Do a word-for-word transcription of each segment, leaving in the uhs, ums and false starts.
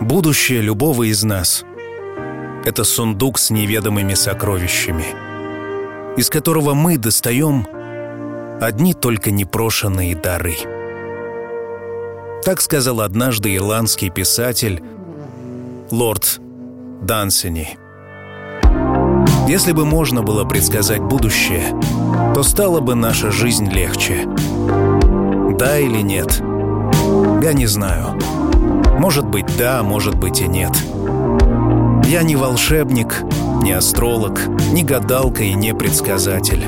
Будущее любого из нас — это сундук с неведомыми сокровищами, из которого мы достаем одни только непрошенные дары. Так сказал однажды ирландский писатель лорд Дансини. Если бы можно было предсказать будущее, то стала бы наша жизнь легче. Да или нет? Я не знаю. Может быть, да, может быть и нет. Я не волшебник, не астролог, не гадалка и не предсказатель.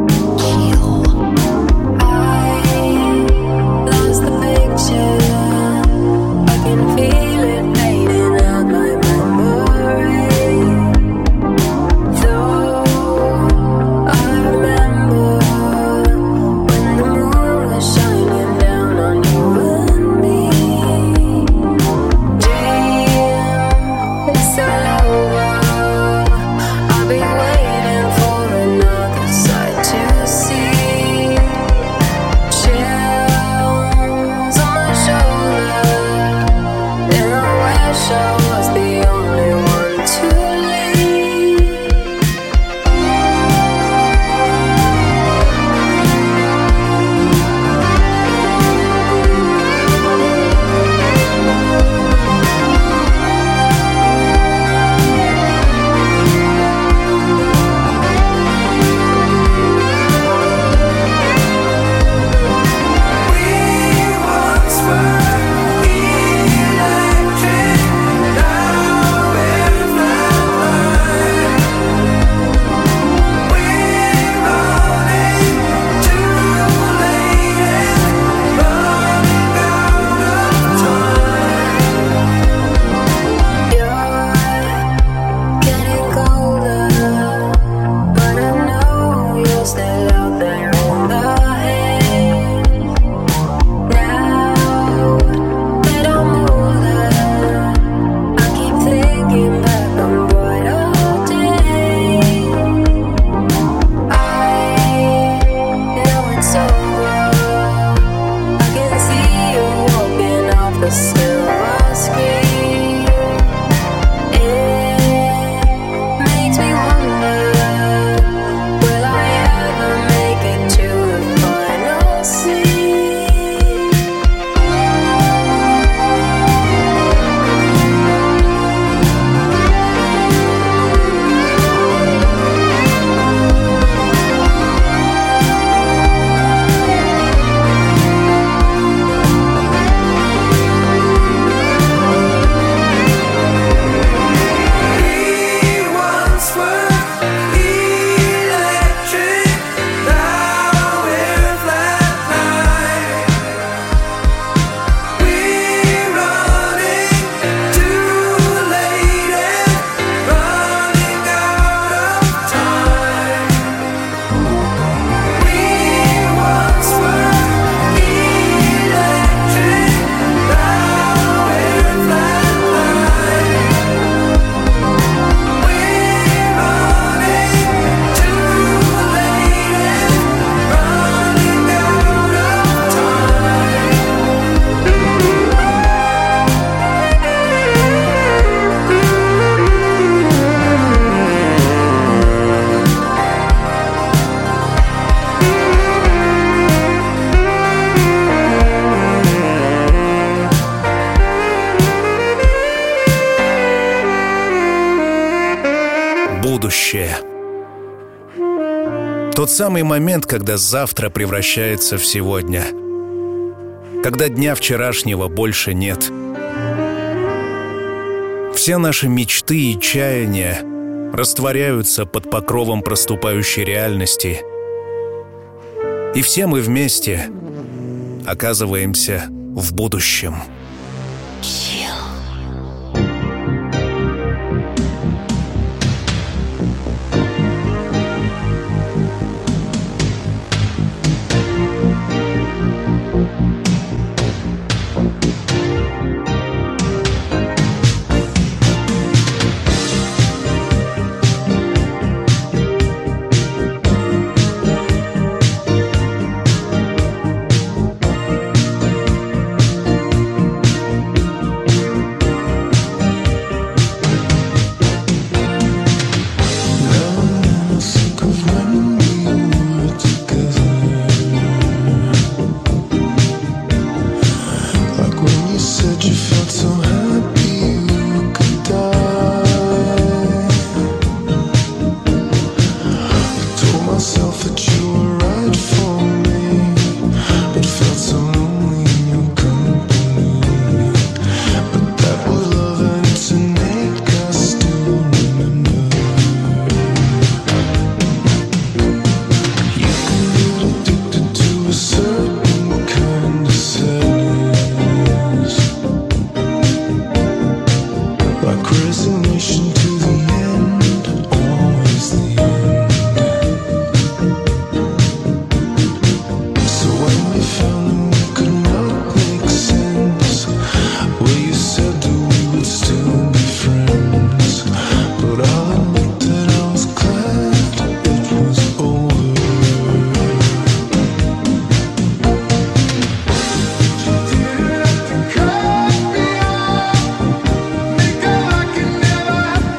Будущее. Тот самый момент, когда завтра превращается в сегодня. Когда дня вчерашнего больше нет. Все наши мечты и чаяния растворяются под покровом проступающей реальности. И все мы вместе оказываемся в будущем. Cut me off, make it like it never happened.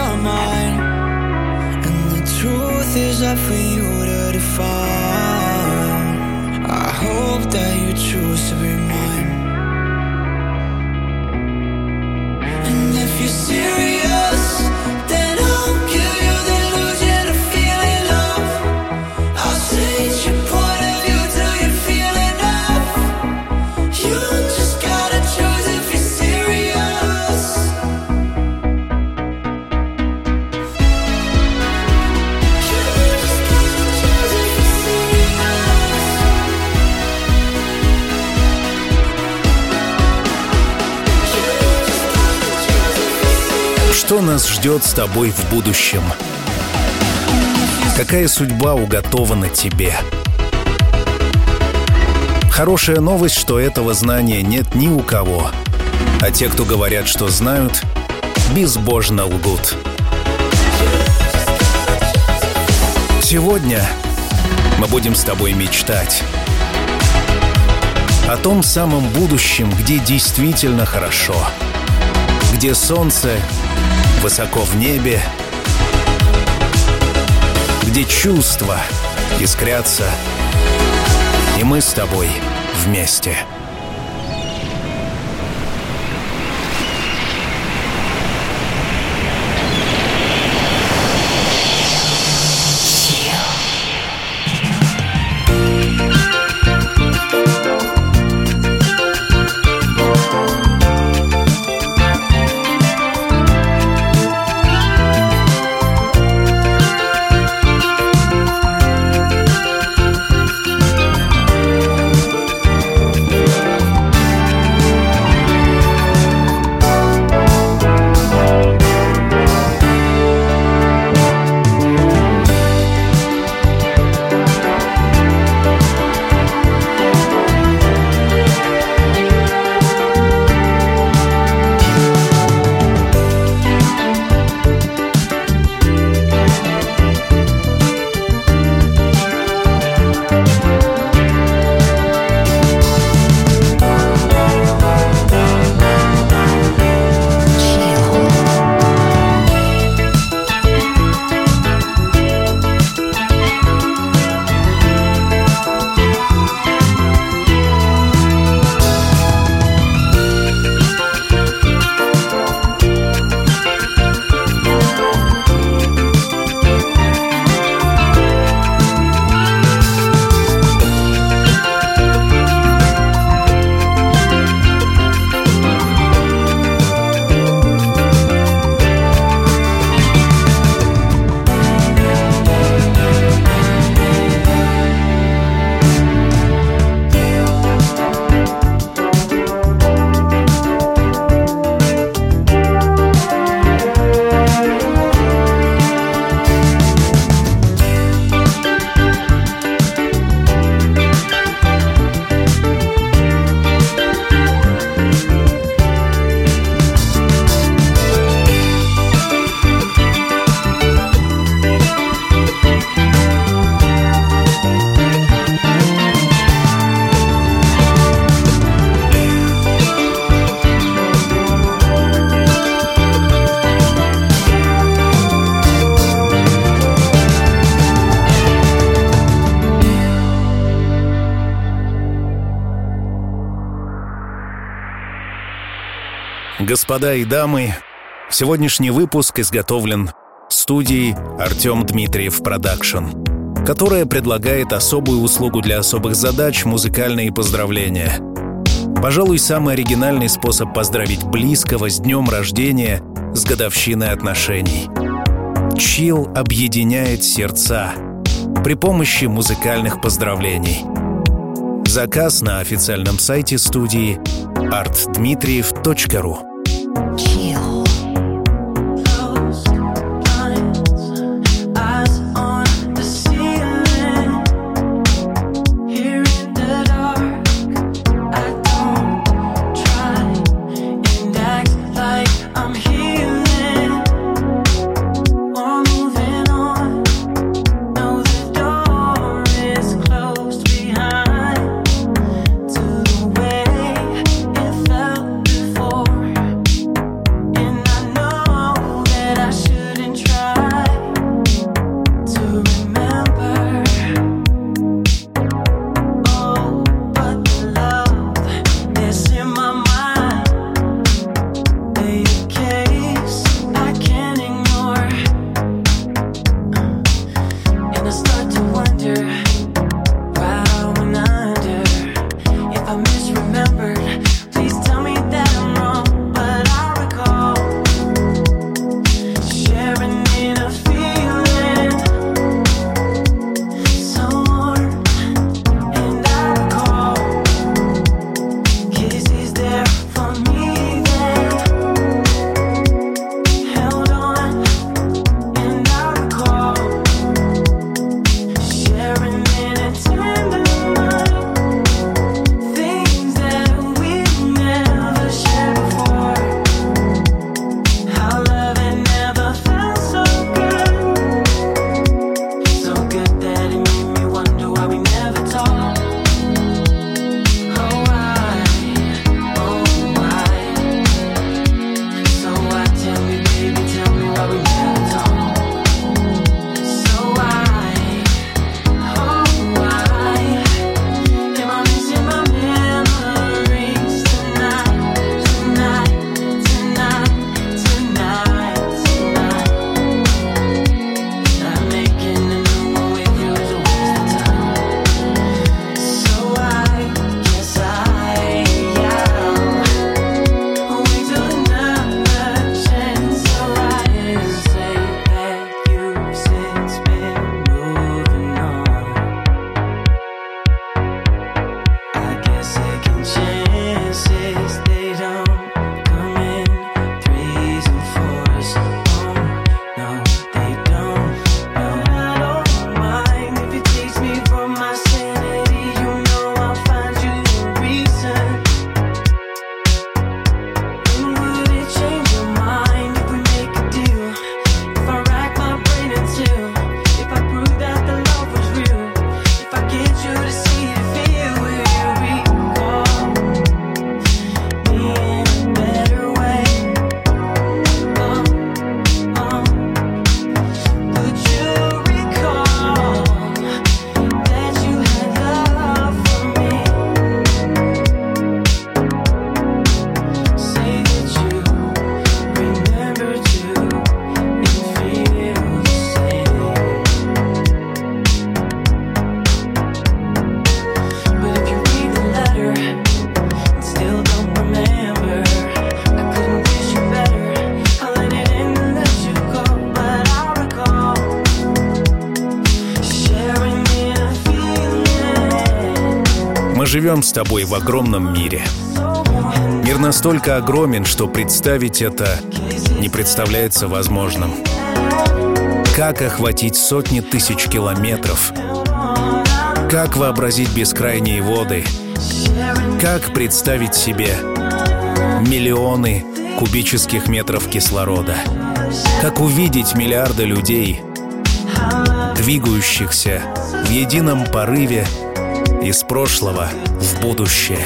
my mind, and the truth is up for you to define. I hope that you choose to be mine. And if you're serious, then I'll give you the illusion of feeling love. I'll change your point of view till you feel enough. You just gotta choose if you're serious. You just gotta choose if you're serious. Что нас ждет с тобой в будущем? Какая судьба уготована тебе? Хорошая новость, что этого знания нет ни у кого. А те, кто говорят, что знают, безбожно лгут. Сегодня мы будем с тобой мечтать о том самом будущем, где действительно хорошо, где солнце высоко в небе, где чувства искрятся, и мы с тобой вместе. Господа и дамы, сегодняшний выпуск изготовлен студией Артем Дмитриев Продакшн, которая предлагает особую услугу для особых задач — музыкальные поздравления. Пожалуй, самый оригинальный способ поздравить близкого с днем рождения, с годовщиной отношений. Chill объединяет сердца при помощи музыкальных поздравлений. Заказ на официальном сайте студии арт дмитриев точка ру. живем с тобой в огромном мире. Мир настолько огромен, что представить это не представляется возможным. Как охватить сотни тысяч километров? Как вообразить бескрайние воды? Как представить себе миллионы кубических метров кислорода? Как увидеть миллиарды людей, двигающихся в едином порыве из прошлого в будущее?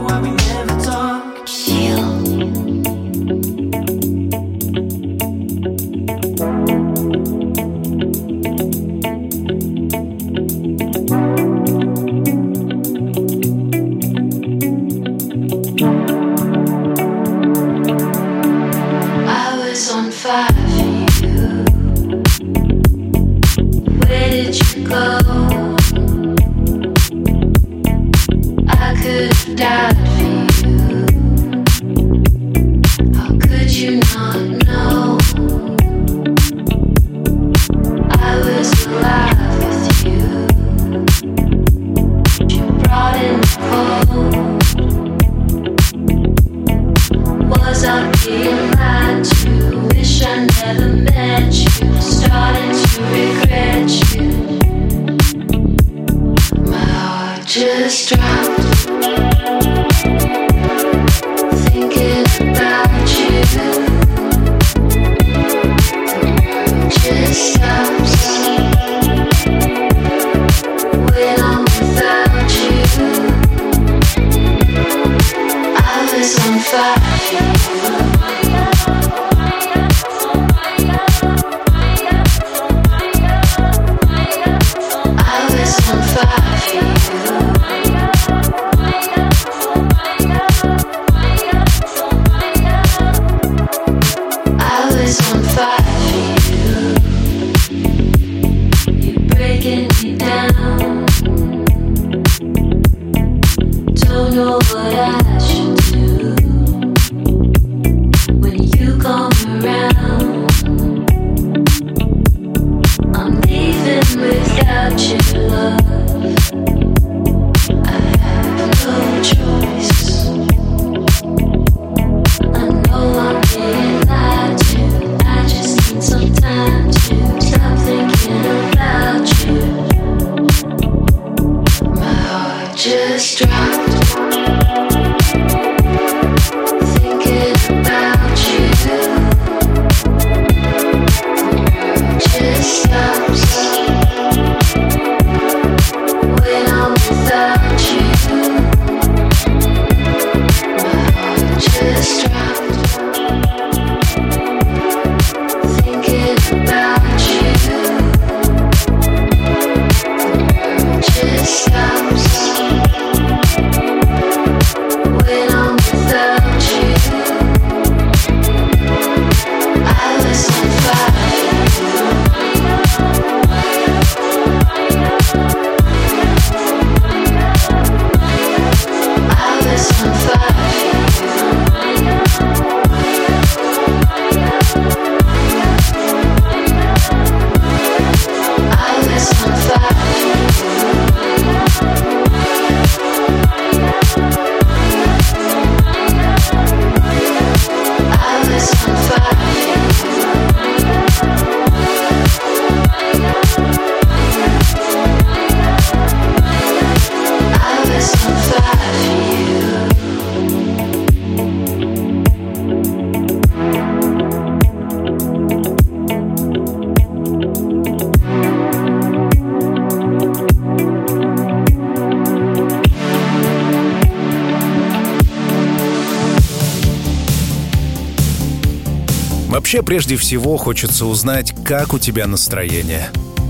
Вообще, прежде всего, хочется узнать, как у тебя настроение.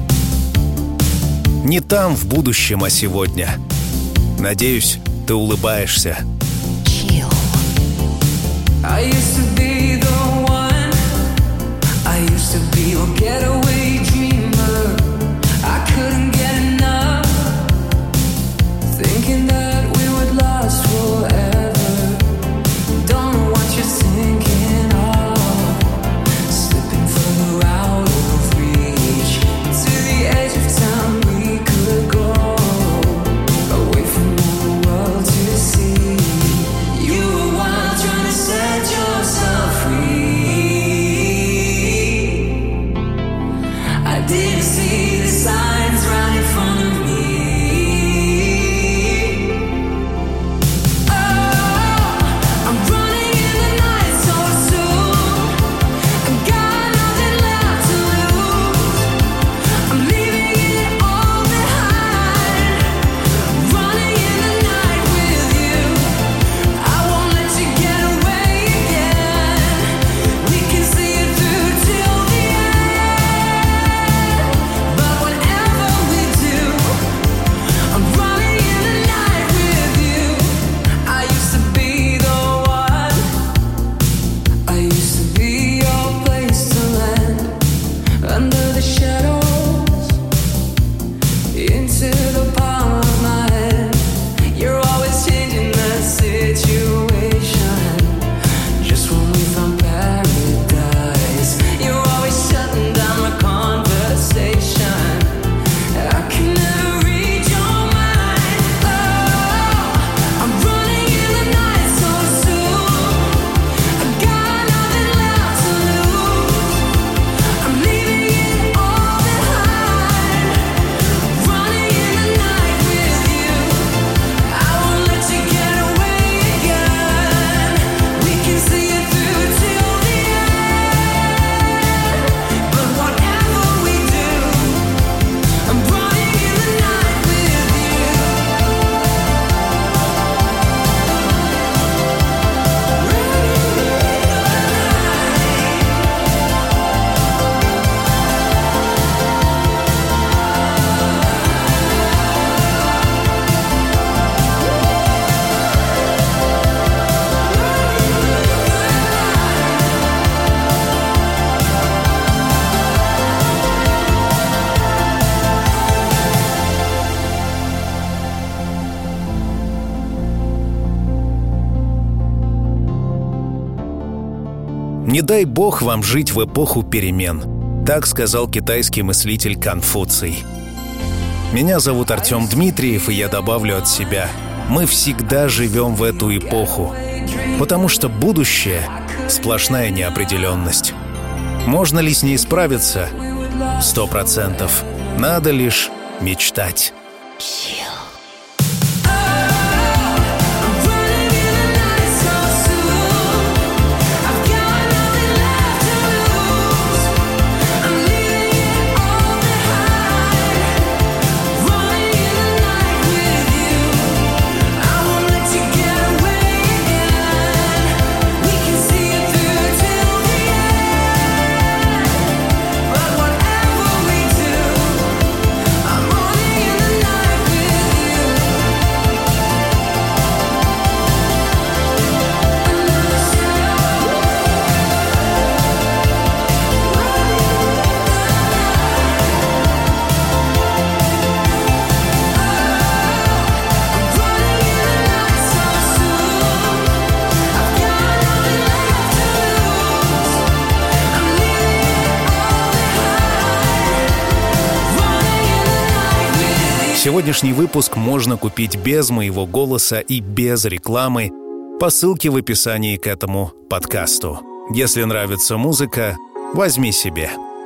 Не там, в будущем, а сегодня. Надеюсь, ты улыбаешься. Away from all the world. Не дай бог вам жить в эпоху перемен. Так сказал китайский мыслитель Конфуций. Меня зовут Артем Дмитриев, и я добавлю от себя: мы всегда живем в эту эпоху, потому что будущее — сплошная неопределенность. Можно ли с ней справиться? Сто процентов. Надо лишь мечтать. Сегодняшний выпуск можно купить без моего голоса и без рекламы по ссылке в описании к этому подкасту. Если нравится музыка, возьми себе.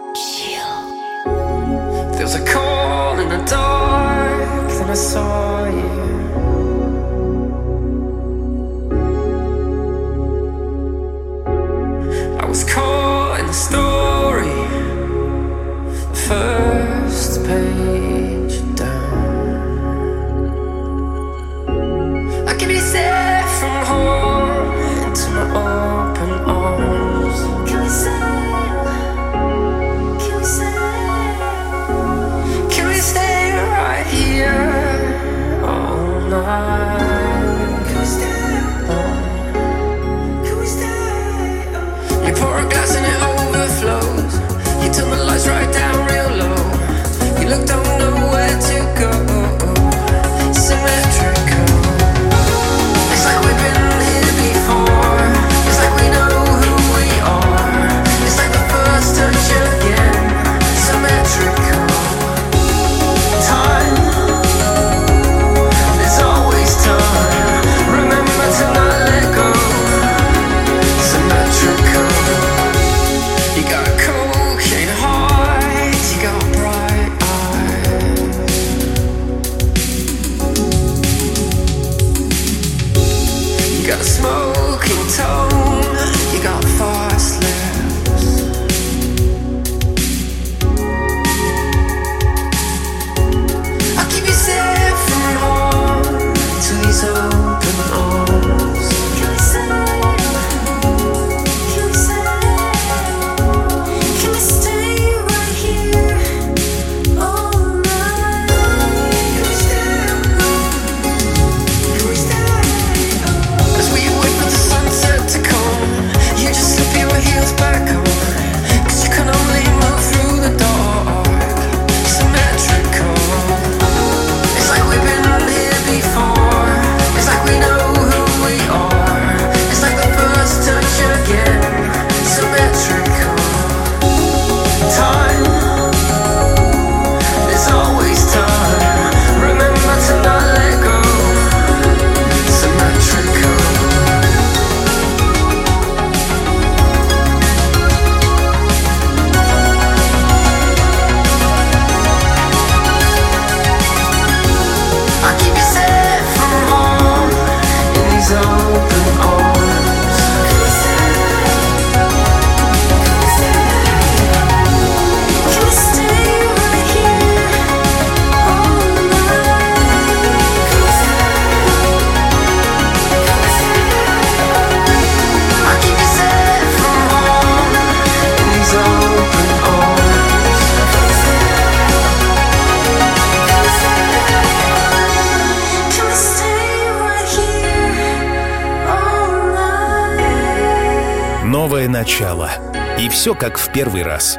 Новое начало. И все как в первый раз.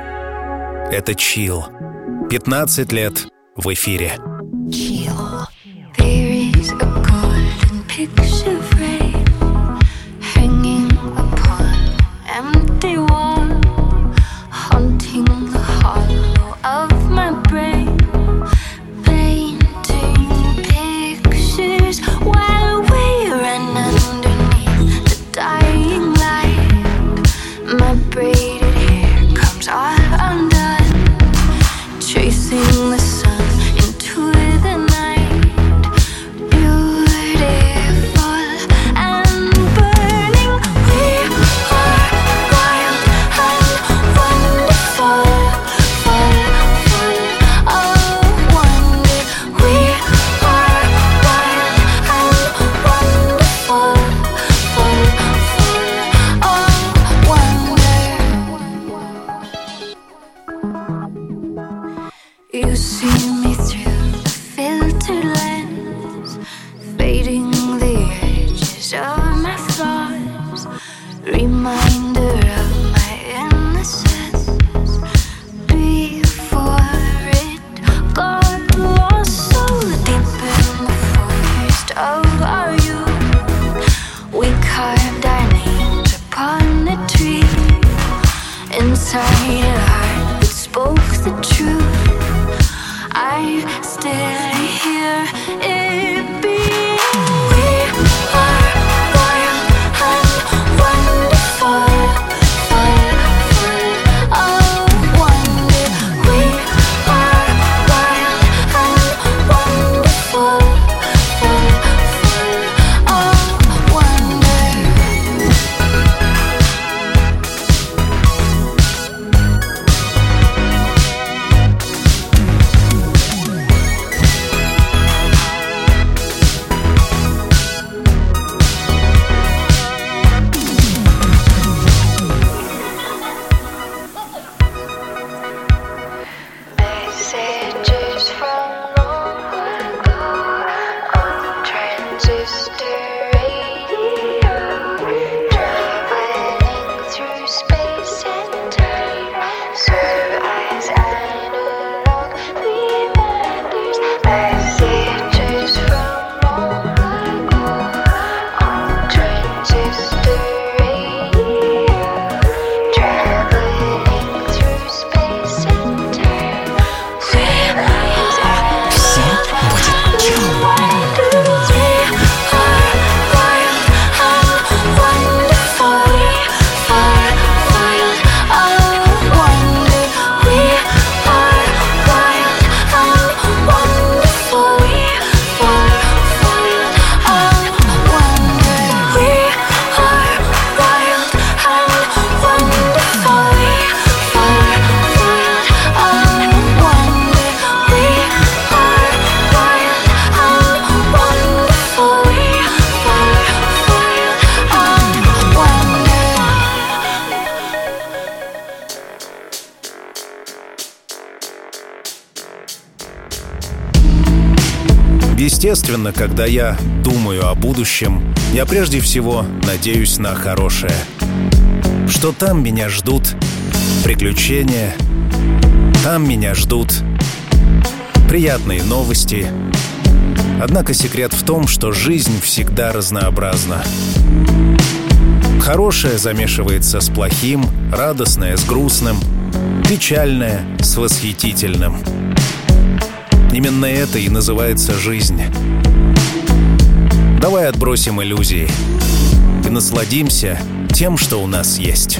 Это Chill. пятнадцать лет в эфире. Chill. There is a golden picture frame hanging upon empty of my brain, painting pictures while we run underneath the dying light. My braided hair comes all undone, chasing the sun into the night. Beautiful and burning, we are wild and wonderful, full, full of wonder. We are wild and wonderful, full, full of wonder. You see me through the filtered lens, fading the edges of my flaws, reminder of my innocence before it got lost so deep in the forest of our youth. We carved our names upon a tree, inside a heart that spoke the truth. I still hear it beat. We are wild and wonderful, full, full of wonder. We are wild and wonderful, full, full of wonder. Messages from long ago on transistor radio, traveling through space and time, serve as analog reminders. Messages from long ago on transistor radio, traveling through space and time. Естественно, когда я думаю о будущем, я прежде всего надеюсь на хорошее. Что там меня ждут приключения, там меня ждут приятные новости. Однако секрет в том, что жизнь всегда разнообразна. Хорошее замешивается с плохим, радостное с грустным, печальное с восхитительным. Именно это и называется жизнь. Давай отбросим иллюзии и насладимся тем, что у нас есть.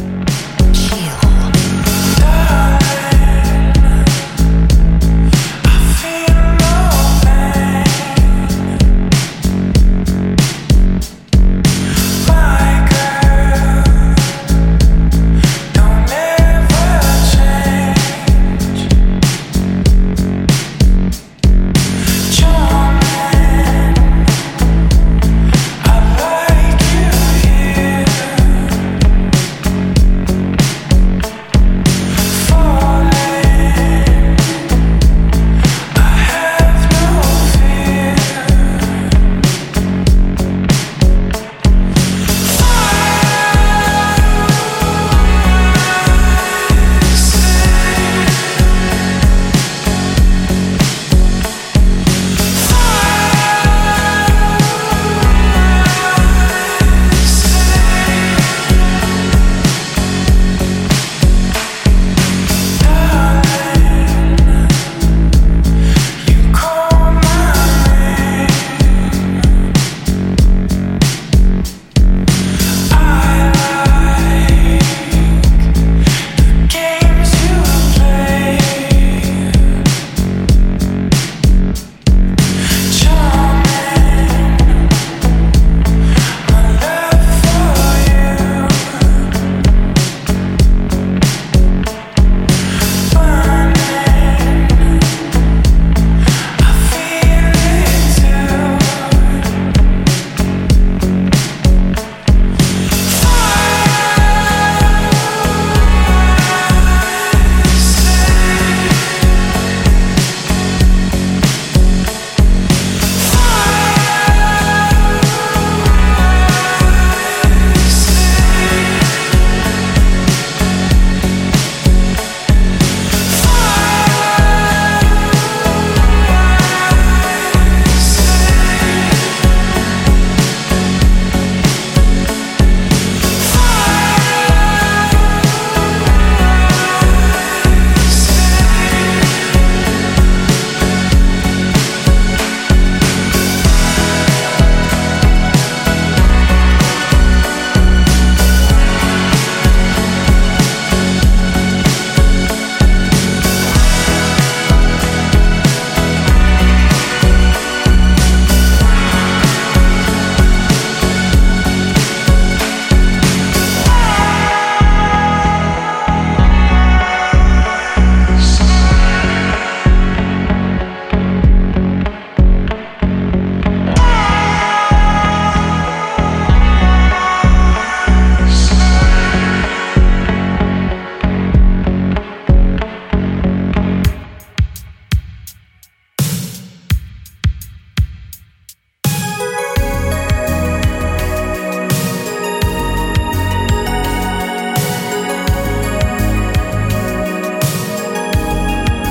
Like you here.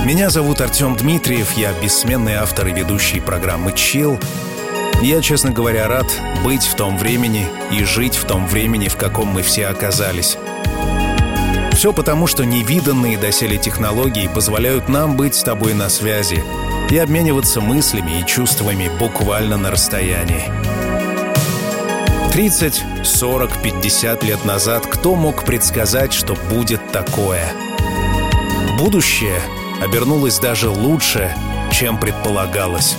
Меня зовут Артем Дмитриев, я бессменный автор и ведущий программы «Chill». Я, честно говоря, рад быть в том времени и жить в том времени, в каком мы все оказались. Все потому, что невиданные доселе технологии позволяют нам быть с тобой на связи и обмениваться мыслями и чувствами буквально на расстоянии. тридцать, сорок, пятьдесят лет назад кто мог предсказать, что будет такое? Будущее обернулось даже лучше, чем предполагалось.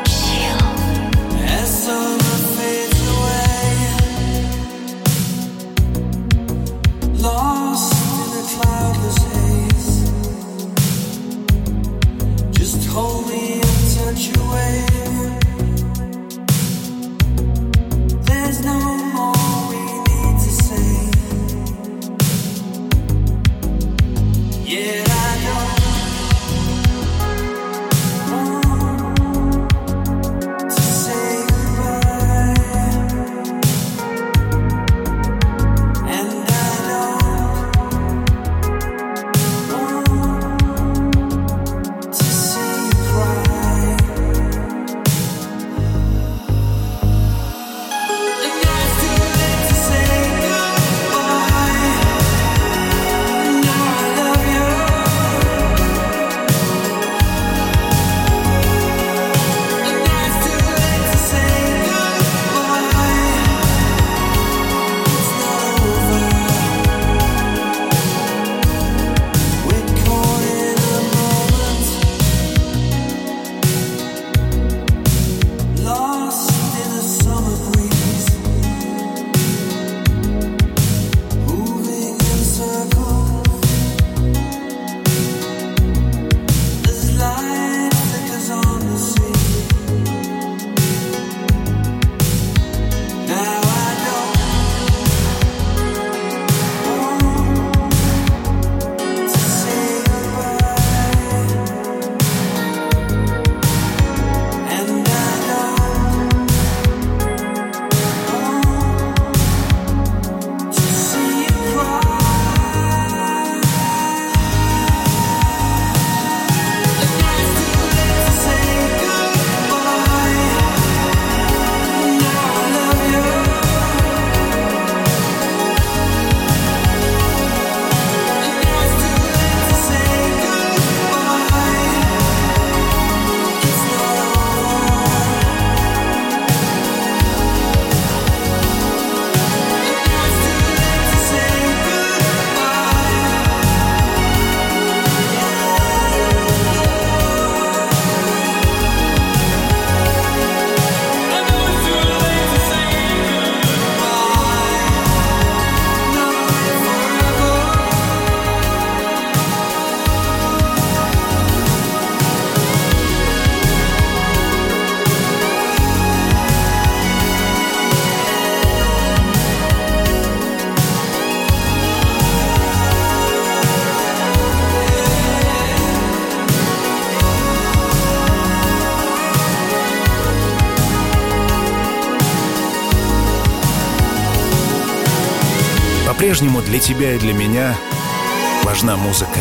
По-прежнему для тебя и для меня важна музыка.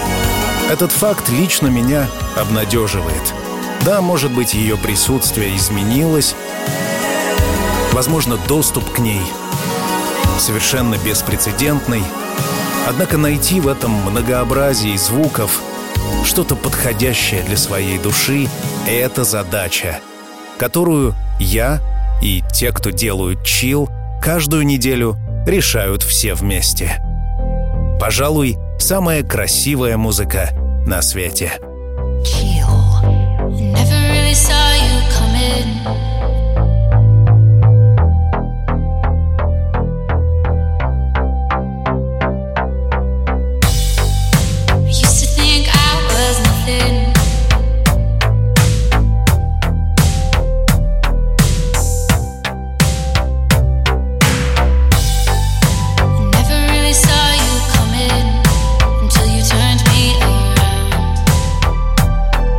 Этот факт лично меня обнадеживает. Да, может быть, ее присутствие изменилось. Возможно, доступ к ней совершенно беспрецедентный. Однако найти в этом многообразии звуков что-то подходящее для своей души — это задача, которую я и те, кто делают чилл, каждую неделю решают все вместе. Пожалуй, самая красивая музыка на свете. Saw you coming until you turned me around.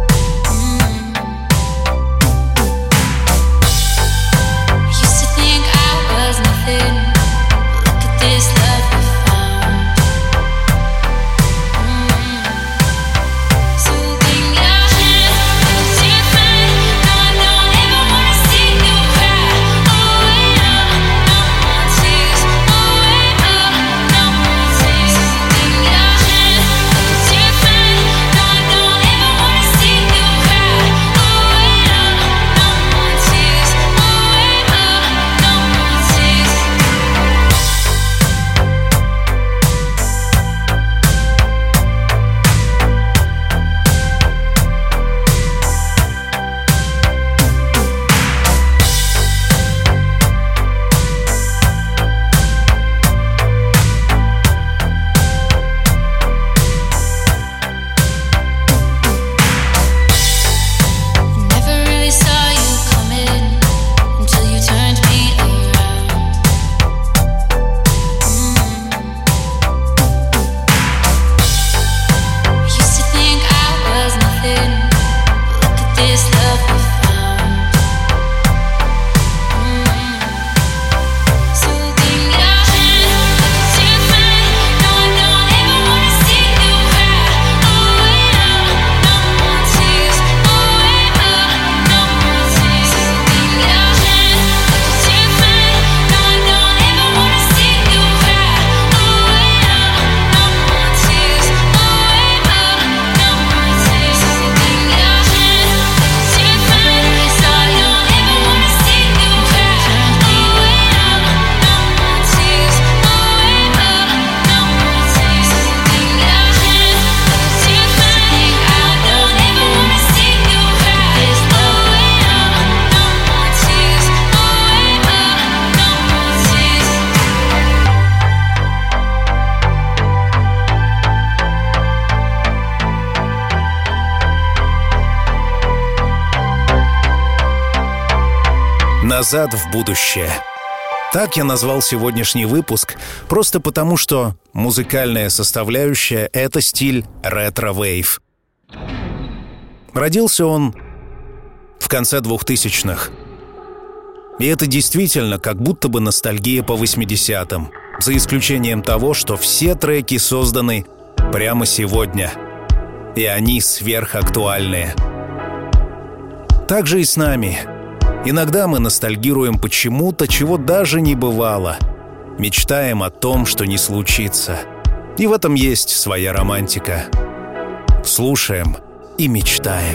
«Назад в будущее». Так я назвал сегодняшний выпуск, просто потому что музыкальная составляющая — это стиль ретро-вейв. Родился он в конце двухтысячных. И это действительно как будто бы ностальгия по восьмидесятым, за исключением того, что все треки созданы прямо сегодня, и они сверхактуальные. Так же и с нами. Иногда мы ностальгируем по чему-то, чего даже не бывало. Мечтаем о том, что не случится. И в этом есть своя романтика. Слушаем и мечтаем.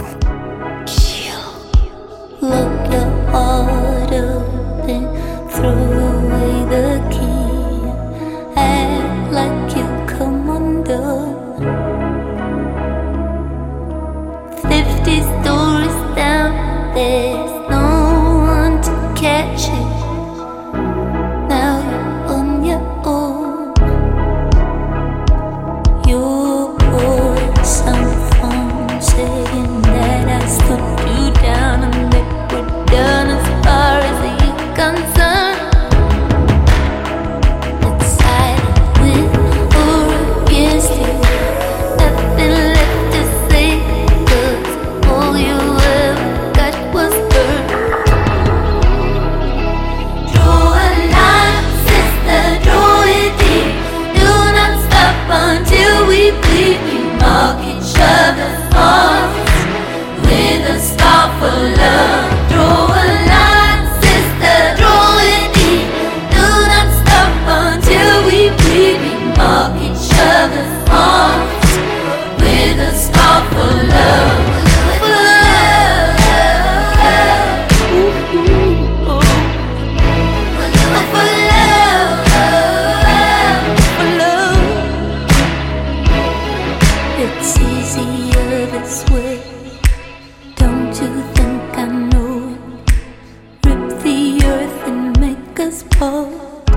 Lock your heart up and throw away the key. Act like you come undone. Fifty stories down, there's no one to catch it. Now you're on your own. Your voice on the phone saying that I stood you down and that we're done as far as you're concerned. It's silent with or against you. Nothing left to say, 'cause all you ever got was hurt. Draw a line, sister, draw it deep. Do not stop until we bleed. We mark each other's hearts with a scar for love. Draw a line, sister, draw it deep. Do not stop until we bleed. We mark each other's hearts with a scar for love. For love. Ooh, ooh, ooh. For love. For love. It's easier this way. Don't you think I know it? Rip the earth and make us part.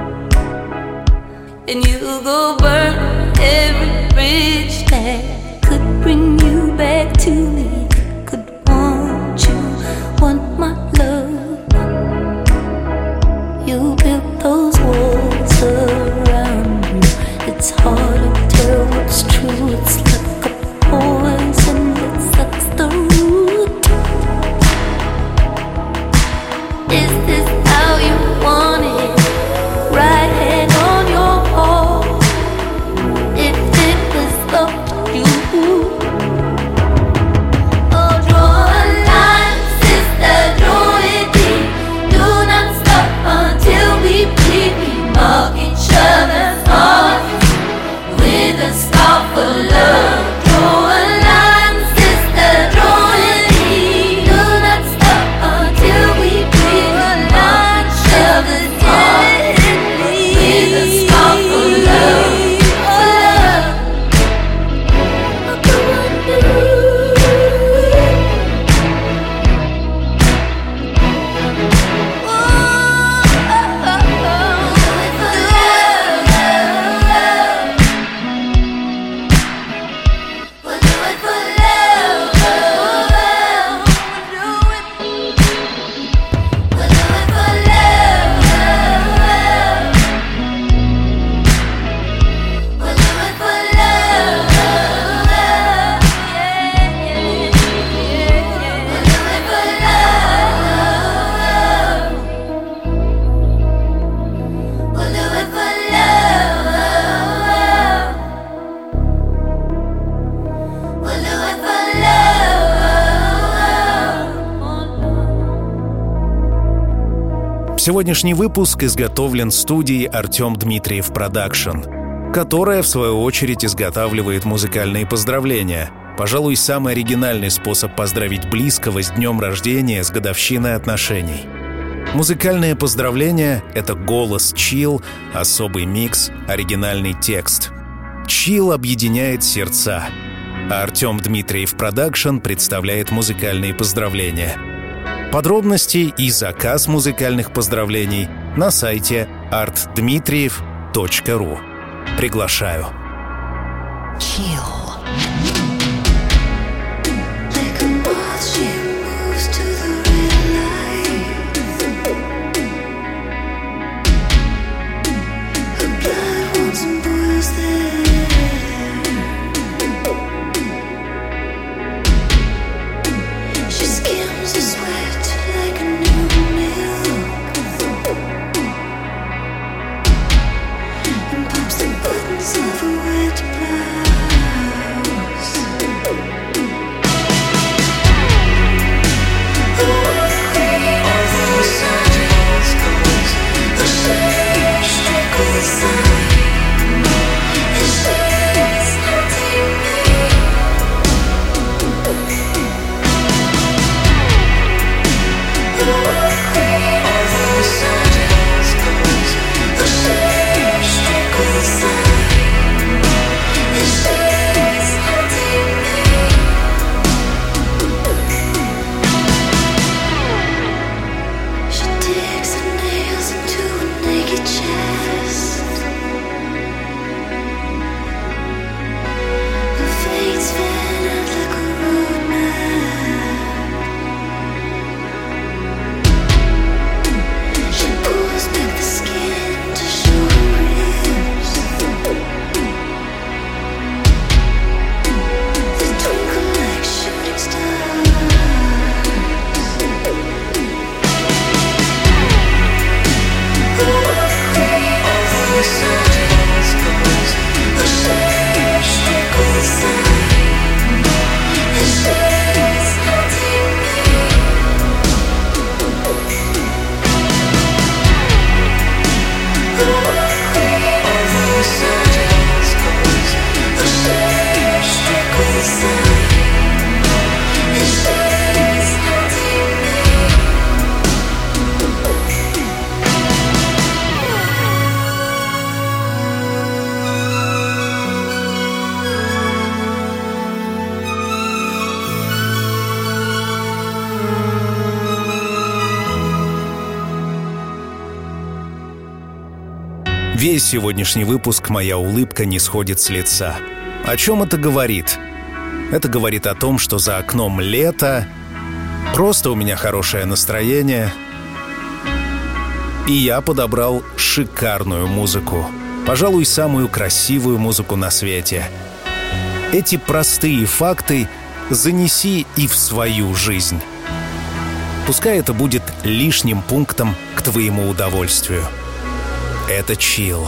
And you go burn every bridge that could bring you back to me. That could want you, want my love. You built those walls around me. It's hard to tell what's true. It's like a poison that sucks the root. Is this how you want it? Right hand on your heart. If it was up to you. Oh, draw a line, sister, draw it deep. Do not stop until we bleed. We mark each other's hearts with a scar for love. Draw a line, sister, draw it deep. Do not stop until we bleed. We mark each other's hearts with a scar for love. For love. What do I do? Oh, oh, oh, oh. For love. We'll do it for love. We'll do it. We'll do it for love. We'll do it for love. Yeah, yeah, yeah. We'll do it for love. We'll do it for love. We'll do it for love. Сегодняшний выпуск изготовлен студией Артем Дмитриев Продакшн, которая, в свою очередь, изготавливает музыкальные поздравления. Пожалуй, самый оригинальный способ поздравить близкого с днем рождения, с годовщиной отношений. Музыкальное поздравление — это голос Chill, особый микс, оригинальный текст. Chill объединяет сердца, а Артем Дмитриев Продакшн представляет музыкальные поздравления. Подробности и заказ музыкальных поздравлений на сайте арт дмитриев точка ру. Приглашаю. Chill. Like a moth, she moves to the red light. сегодняшний выпуск моя улыбка не сходит с лица. О чем это говорит? Это говорит о том, что за окном лето, просто у меня хорошее настроение, и я подобрал шикарную музыку. Пожалуй, самую красивую музыку на свете. Эти простые факты занеси и в свою жизнь. Пускай это будет лишним пунктом к твоему удовольствию. Это чилл.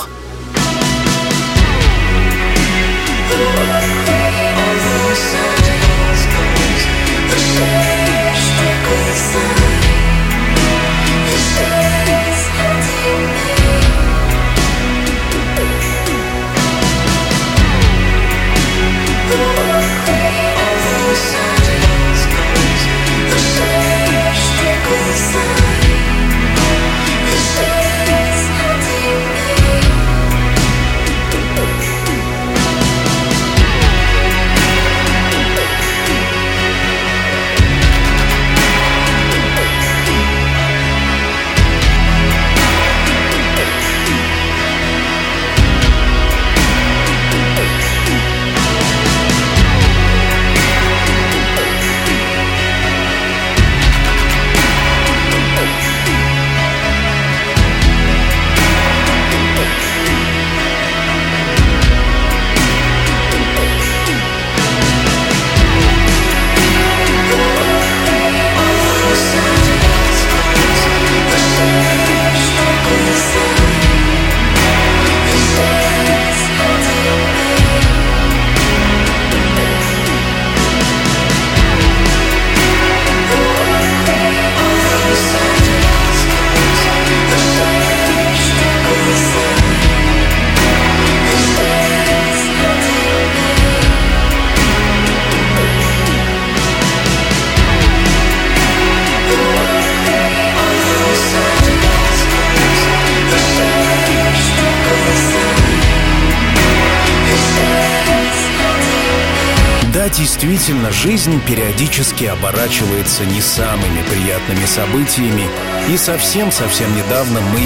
Действительно, жизнь периодически оборачивается не самыми приятными событиями, и совсем-совсем недавно мы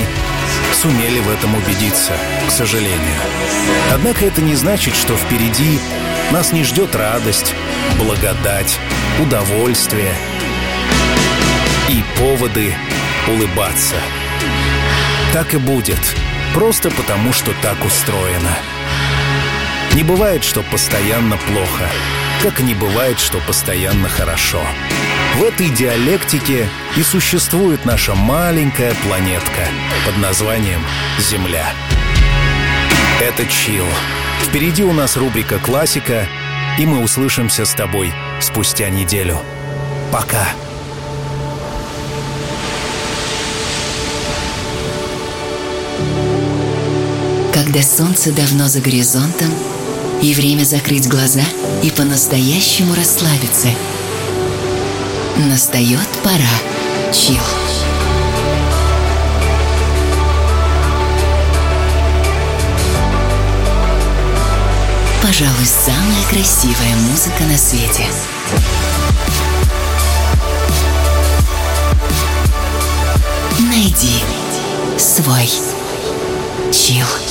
сумели в этом убедиться, к сожалению. Однако это не значит, что впереди нас не ждет радость, благодать, удовольствие и поводы улыбаться. Так и будет, просто потому, что так устроено. Не бывает, что постоянно плохо, как и не бывает, что постоянно хорошо. В этой диалектике и существует наша маленькая планетка под названием Земля. Это чилл. Впереди у нас рубрика «Классика», и мы услышимся с тобой спустя неделю. Пока! Когда солнце давно за горизонтом, и время закрыть глаза и по-настоящему расслабиться. Настает пора чилл. Пожалуй, самая красивая музыка на свете. Найди свой чилл.